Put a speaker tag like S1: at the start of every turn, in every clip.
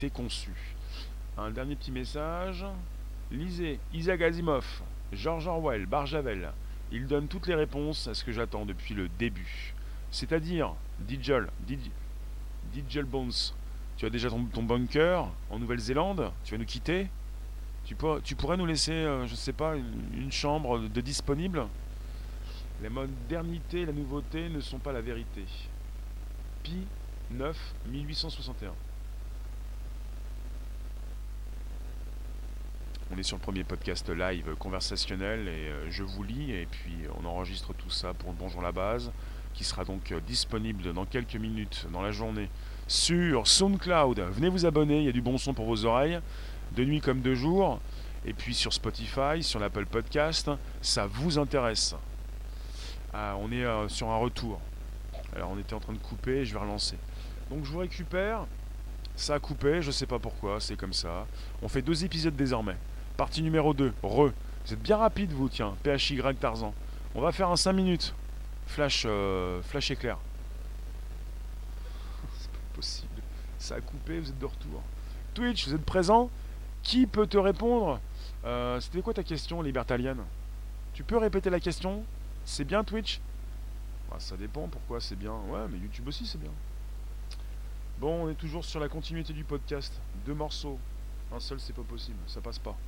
S1: été conçu. Un dernier petit message. Lisez Isaac Asimov, George Orwell, Barjavel. Ils donnent toutes les réponses à ce que j'attends depuis le début. C'est-à-dire, Digel Bones, tu as déjà ton bunker en Nouvelle-Zélande, tu vas nous quitter. Tu pourrais nous laisser, je ne sais pas, une chambre de disponible. La modernité et la nouveauté ne sont pas la vérité. Pi 9 1861. On est sur le premier podcast live conversationnel et je vous lis et puis on enregistre tout ça pour le Bonjour la base qui sera donc disponible dans quelques minutes dans la journée sur SoundCloud. Venez vous abonner, il y a du bon son pour vos oreilles, de nuit comme de jour. Et puis sur Spotify, sur l'Apple Podcast, ça vous intéresse. On est sur un retour. Alors on était en train de couper, je vais relancer. Donc je vous récupère. Ça a coupé, je sais pas pourquoi, c'est comme ça. On fait 2 épisodes désormais. Partie numéro 2, Re. Vous êtes bien rapide vous, tiens, PHY Tarzan. On va faire un 5 minutes. Flash éclair. C'est pas possible. Ça a coupé, vous êtes de retour. Twitch, vous êtes présent? Qui peut te répondre? C'était quoi ta question, Libertalienne? Tu peux répéter la question? C'est bien Twitch? Ça dépend, pourquoi c'est bien. Ouais, mais YouTube aussi c'est bien. Bon, on est toujours sur la continuité du podcast. 2 morceaux. Un seul, c'est pas possible. Ça passe pas.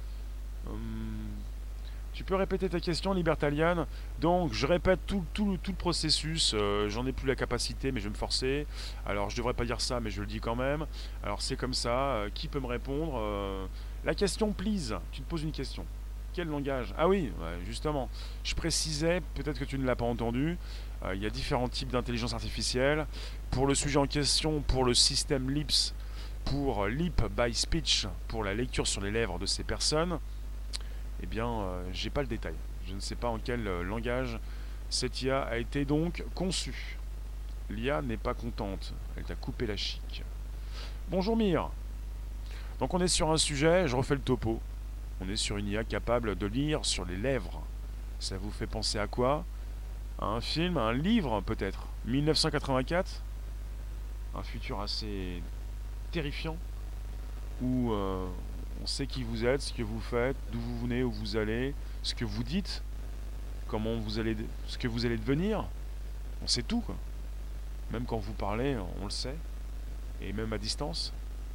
S1: Tu peux répéter ta question, Libertaliane? Donc, je répète tout le processus. J'en ai plus la capacité, mais je vais me forcer. Alors, je devrais pas dire ça, mais je le dis quand même. Alors, c'est comme ça. Qui peut me répondre? La question, please. Tu te poses une question. Quel langage? Ah oui, ouais, justement. Je précisais, peut-être que tu ne l'as pas entendu, il y a différents types d'intelligence artificielle. Pour le sujet en question, pour le système LIPS, pour Lip by Speech, pour la lecture sur les lèvres de ces personnes, eh bien, j'ai pas le détail. Je ne sais pas en quel langage cette IA a été donc conçue. L'IA n'est pas contente, elle t'a coupé la chic. Bonjour Mire. Donc on est sur un sujet, je refais le topo. On est sur une IA capable de lire sur les lèvres. Ça vous fait penser à quoi? À un film, à un livre peut-être? 1984? Un futur assez terrifiant où on sait qui vous êtes, ce que vous faites, d'où vous venez, où vous allez, ce que vous dites, ce que vous allez devenir. On sait tout quoi. Même quand vous parlez, on le sait. Et même à distance.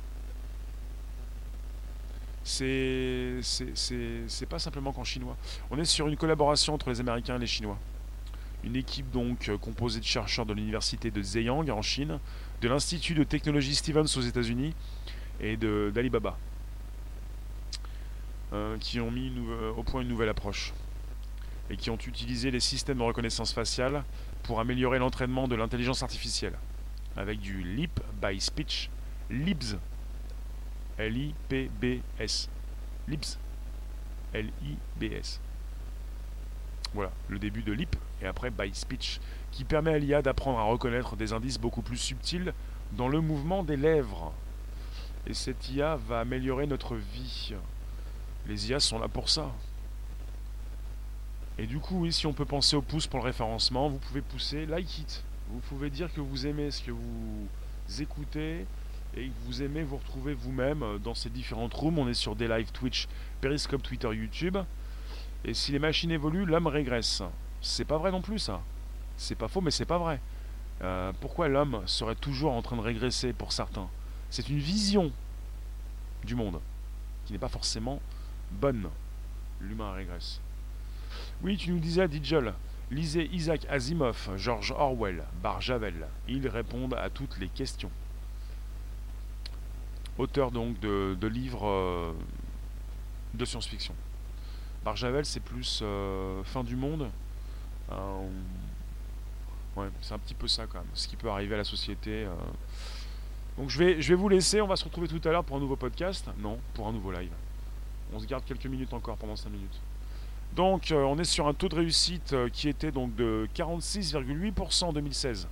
S1: C'est pas simplement qu'en chinois. On est sur une collaboration entre les Américains et les Chinois. Une équipe donc composée de chercheurs de l'université de Zhejiang en Chine, de l'Institut de technologie Stevens aux États-Unis et d'Alibaba, qui ont mis au point une nouvelle approche et qui ont utilisé les systèmes de reconnaissance faciale pour améliorer l'entraînement de l'intelligence artificielle avec du Lip by Speech, LIBS, L-I-P-B-S, LIBS, L-I-B-S. Voilà, le début de Lip et après by Speech, qui permet à l'IA d'apprendre à reconnaître des indices beaucoup plus subtils dans le mouvement des lèvres. Et cette IA va améliorer notre vie. Les IA sont là pour ça. Et du coup, oui, si on peut penser au pouce pour le référencement, vous pouvez pousser like it. Vous pouvez dire que vous aimez ce que vous écoutez et que vous aimez vous retrouver vous-même dans ces différentes rooms. On est sur des live Twitch, Periscope, Twitter, YouTube. Et si les machines évoluent, l'homme régresse. C'est pas vrai non plus ça. C'est pas faux, mais c'est pas vrai. Pourquoi l'homme serait toujours en train de régresser pour certains? C'est une vision du monde qui n'est pas forcément bonne. L'humain régresse. Oui, tu nous disais, Digel, lisez Isaac Asimov, George Orwell, Barjavel. Ils répondent à toutes les questions. Auteur donc de livres de science-fiction. Barjavel, c'est plus fin du monde. Ouais, c'est un petit peu ça quand même, ce qui peut arriver à la société. Donc je vais vous laisser, on va se retrouver tout à l'heure pour un nouveau podcast. Non, pour un nouveau live. On se garde quelques minutes encore pendant 5 minutes. Donc on est sur un taux de réussite qui était donc de 46,8% en 2016.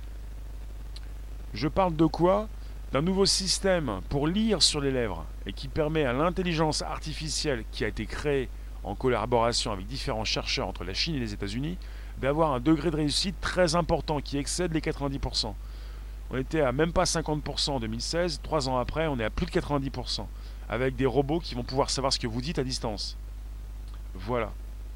S1: Je parle de quoi? D'un nouveau système pour lire sur les lèvres et qui permet à l'intelligence artificielle qui a été créée en collaboration avec différents chercheurs entre la Chine et les États-Unis d'avoir un degré de réussite très important qui excède les 90%. On était à même pas 50% en 2016, 3 ans après, on est à plus de 90%, avec des robots qui vont pouvoir savoir ce que vous dites à distance. Voilà.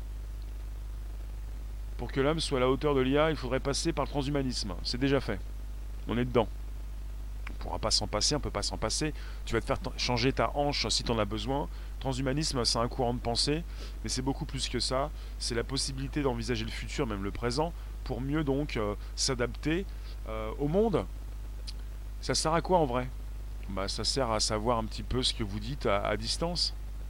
S1: Pour que l'homme soit à la hauteur de l'IA, il faudrait passer par le transhumanisme. C'est déjà fait. On est dedans. On ne pourra pas s'en passer, on ne peut pas s'en passer. Tu vas te faire changer ta hanche si tu en as besoin. Transhumanisme, c'est un courant de pensée, mais c'est beaucoup plus que ça. C'est la possibilité d'envisager le futur, même le présent, pour mieux donc s'adapter au monde. Ça sert à quoi en vrai? Bah, ça sert à savoir un petit peu ce que vous dites à distance.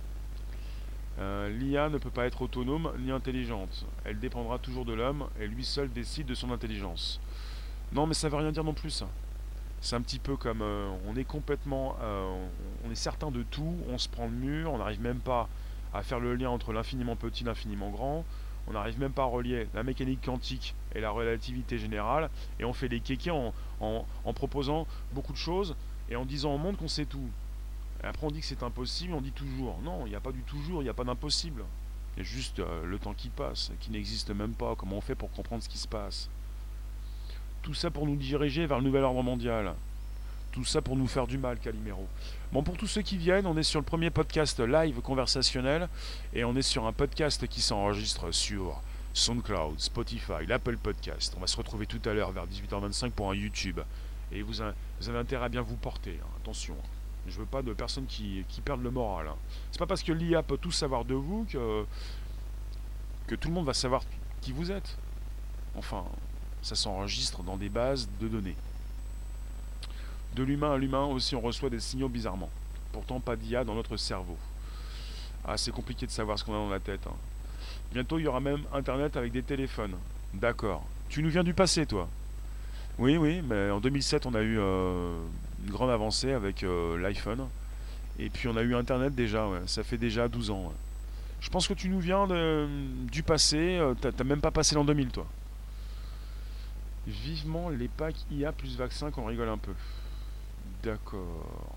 S1: L'IA ne peut pas être autonome ni intelligente. Elle dépendra toujours de l'homme et lui seul décide de son intelligence. Non, mais ça veut rien dire non plus, ça. C'est un petit peu comme on est complètement, on est certain de tout, on se prend le mur, on n'arrive même pas à faire le lien entre l'infiniment petit et l'infiniment grand, on n'arrive même pas à relier la mécanique quantique et la relativité générale, et on fait les kékés en proposant beaucoup de choses et en disant au monde qu'on sait tout. Et après on dit que c'est impossible, on dit toujours. Non, il n'y a pas du toujours, il n'y a pas d'impossible. Il y a juste le temps qui passe, qui n'existe même pas. Comment on fait pour comprendre ce qui se passe? Tout ça pour nous diriger vers le nouvel ordre mondial. Tout ça pour nous faire du mal, Calimero. Bon, pour tous ceux qui viennent, on est sur le premier podcast live conversationnel et on est sur un podcast qui s'enregistre sur SoundCloud, Spotify, l'Apple Podcast. On va se retrouver tout à l'heure vers 18h25 pour un YouTube. Et vous avez intérêt à bien vous porter, hein. Attention. Je veux pas de personnes qui perdent le moral, hein. C'est pas parce que l'IA peut tout savoir de vous que tout le monde va savoir qui vous êtes. Enfin, ça s'enregistre dans des bases de données. De l'humain à l'humain aussi, on reçoit des signaux bizarrement. Pourtant, pas d'IA dans notre cerveau. Ah, c'est compliqué de savoir ce qu'on a dans la tête, hein. Bientôt, il y aura même Internet avec des téléphones. D'accord. Tu nous viens du passé, toi? Oui, oui, mais en 2007, on a eu une grande avancée avec l'iPhone. Et puis, on a eu Internet déjà, ouais. Ça fait déjà 12 ans, ouais. Je pense que tu nous viens du passé. T'as même pas passé l'an 2000, toi. Vivement les packs IA plus vaccin qu'on rigole un peu. D'accord.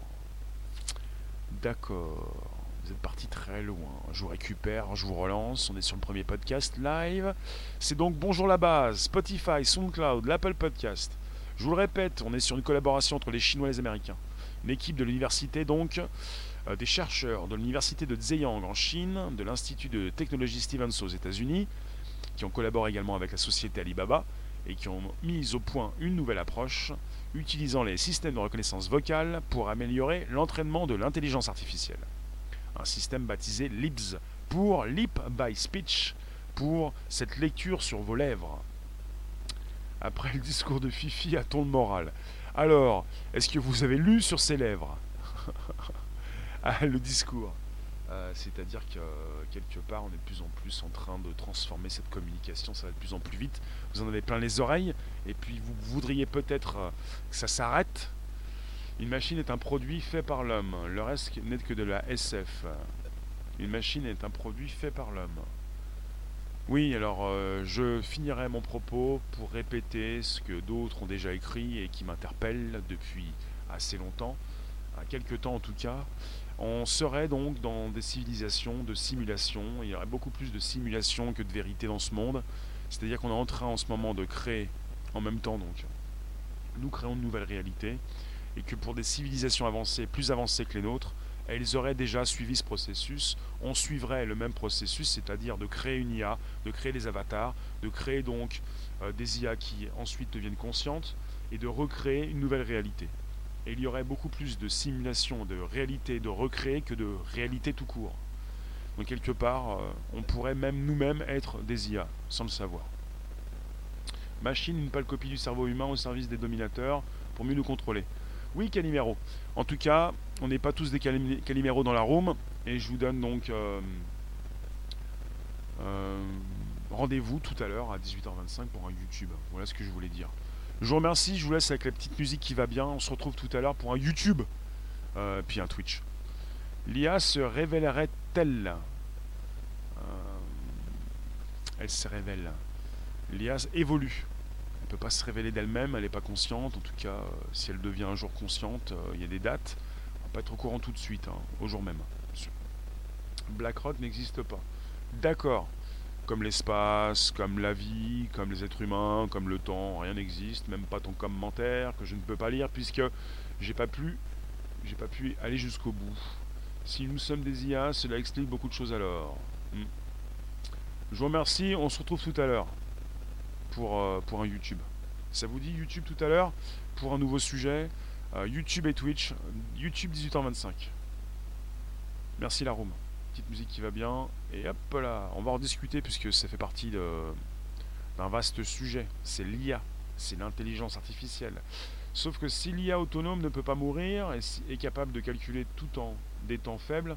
S1: D'accord. Vous êtes parti très loin. Je vous récupère, je vous relance. On est sur le premier podcast live. C'est donc Bonjour la base, Spotify, SoundCloud, l'Apple Podcast. Je vous le répète, on est sur une collaboration entre les Chinois et les Américains. Une équipe de l'université, donc, des chercheurs de l'université de Zhejiang en Chine, de l'Institut de technologie Stevens aux États-Unis, qui ont collaboré également avec la société Alibaba et qui ont mis au point une nouvelle approche utilisant les systèmes de reconnaissance vocale pour améliorer l'entraînement de l'intelligence artificielle. Un système baptisé LIBS pour Lip by Speech, pour cette lecture sur vos lèvres. Après le discours de Fifi, a-t-on le moral? Alors, est-ce que vous avez lu sur ses lèvres le discours? C'est-à-dire que quelque part, on est de plus en plus en train de transformer cette communication, ça va de plus en plus vite. Vous en avez plein les oreilles, et puis vous voudriez peut-être que ça s'arrête. Une machine est un produit fait par l'homme, le reste n'est que de la SF. Une machine est un produit fait par l'homme. Oui, alors je finirai mon propos pour répéter ce que d'autres ont déjà écrit et qui m'interpelle depuis assez longtemps, à quelques temps en tout cas. On serait donc dans des civilisations de simulation. Il y aurait beaucoup plus de simulation que de vérité dans ce monde. C'est-à-dire qu'on est en train en ce moment de créer, en même temps donc, nous créons une nouvelle réalité, et que pour des civilisations avancées, plus avancées que les nôtres, elles auraient déjà suivi ce processus. On suivrait le même processus, c'est-à-dire de créer une IA, de créer des avatars, de créer donc des IA qui ensuite deviennent conscientes, et de recréer une nouvelle réalité. Et il y aurait beaucoup plus de simulation, de réalité, de recréer que de réalité tout court. Donc quelque part, on pourrait même nous-mêmes être des IA, sans le savoir. Machine, une pâle copie du cerveau humain au service des dominateurs pour mieux nous contrôler. Oui, Calimero. En tout cas, on n'est pas tous des Calimero dans la room, et je vous donne donc rendez-vous tout à l'heure à 18h25 pour un YouTube. Voilà ce que je voulais dire. Je vous remercie, je vous laisse avec la petite musique qui va bien. On se retrouve tout à l'heure pour un YouTube, puis un Twitch. L'IA se révélerait-elle Elle se révèle. L'IA évolue. Elle ne peut pas se révéler d'elle-même, elle n'est pas consciente. En tout cas, si elle devient un jour consciente, il y a des dates. On ne va pas être au courant tout de suite, hein, au jour même. BlackRock n'existe pas. D'accord. comme l'espace, comme la vie, comme les êtres humains, comme le temps, rien n'existe, même pas ton commentaire que je ne peux pas lire puisque j'ai pas pu, j'ai pas pu aller jusqu'au bout. Si nous sommes des IA, cela explique beaucoup de choses alors. Hmm. Je vous remercie, on se retrouve tout à l'heure pour un YouTube. Ça vous dit YouTube tout à l'heure pour un nouveau sujet YouTube et Twitch, YouTube 18h25. Merci la room. Petite musique qui va bien. Et hop là, on va en discuter puisque ça fait partie d'un vaste sujet. C'est l'IA, c'est l'intelligence artificielle. Sauf que si l'IA autonome ne peut pas mourir et est capable de calculer tout en des temps faibles,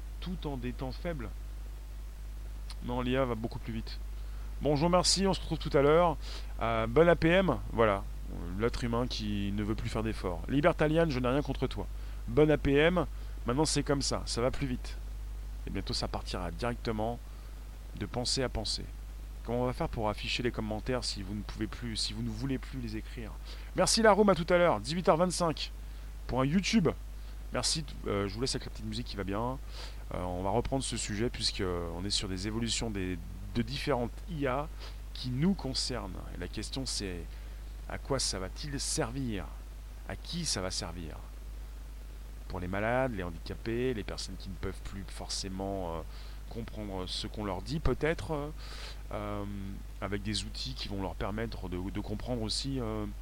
S1: non, l'IA va beaucoup plus vite. Bon, je vous remercie, on se retrouve tout à l'heure. Bon APM, voilà, l'être humain qui ne veut plus faire d'efforts. Libertalian, je n'ai rien contre toi. Bon APM, maintenant c'est comme ça va plus vite. Et bientôt ça partira directement de pensée à pensée. Comment on va faire pour afficher les commentaires si vous ne pouvez plus, si vous ne voulez plus les écrire? Merci la room, à tout à l'heure, 18h25 pour un YouTube. Merci, je vous laisse avec la petite musique qui va bien. On va reprendre ce sujet puisque on est sur des évolutions de différentes IA qui nous concernent. Et la question c'est à quoi ça va-t-il servir? À qui ça va servir? Pour les malades, les handicapés, les personnes qui ne peuvent plus forcément comprendre ce qu'on leur dit peut-être, avec des outils qui vont leur permettre de comprendre aussi.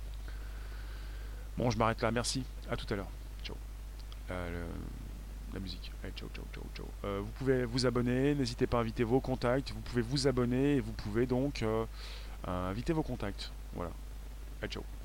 S1: Bon, je m'arrête là, merci, à tout à l'heure. Ciao. La musique. Allez, ciao, ciao, ciao, ciao. Vous pouvez vous abonner, n'hésitez pas à inviter vos contacts, vous pouvez vous abonner et vous pouvez donc inviter vos contacts. Voilà. Allez, ciao.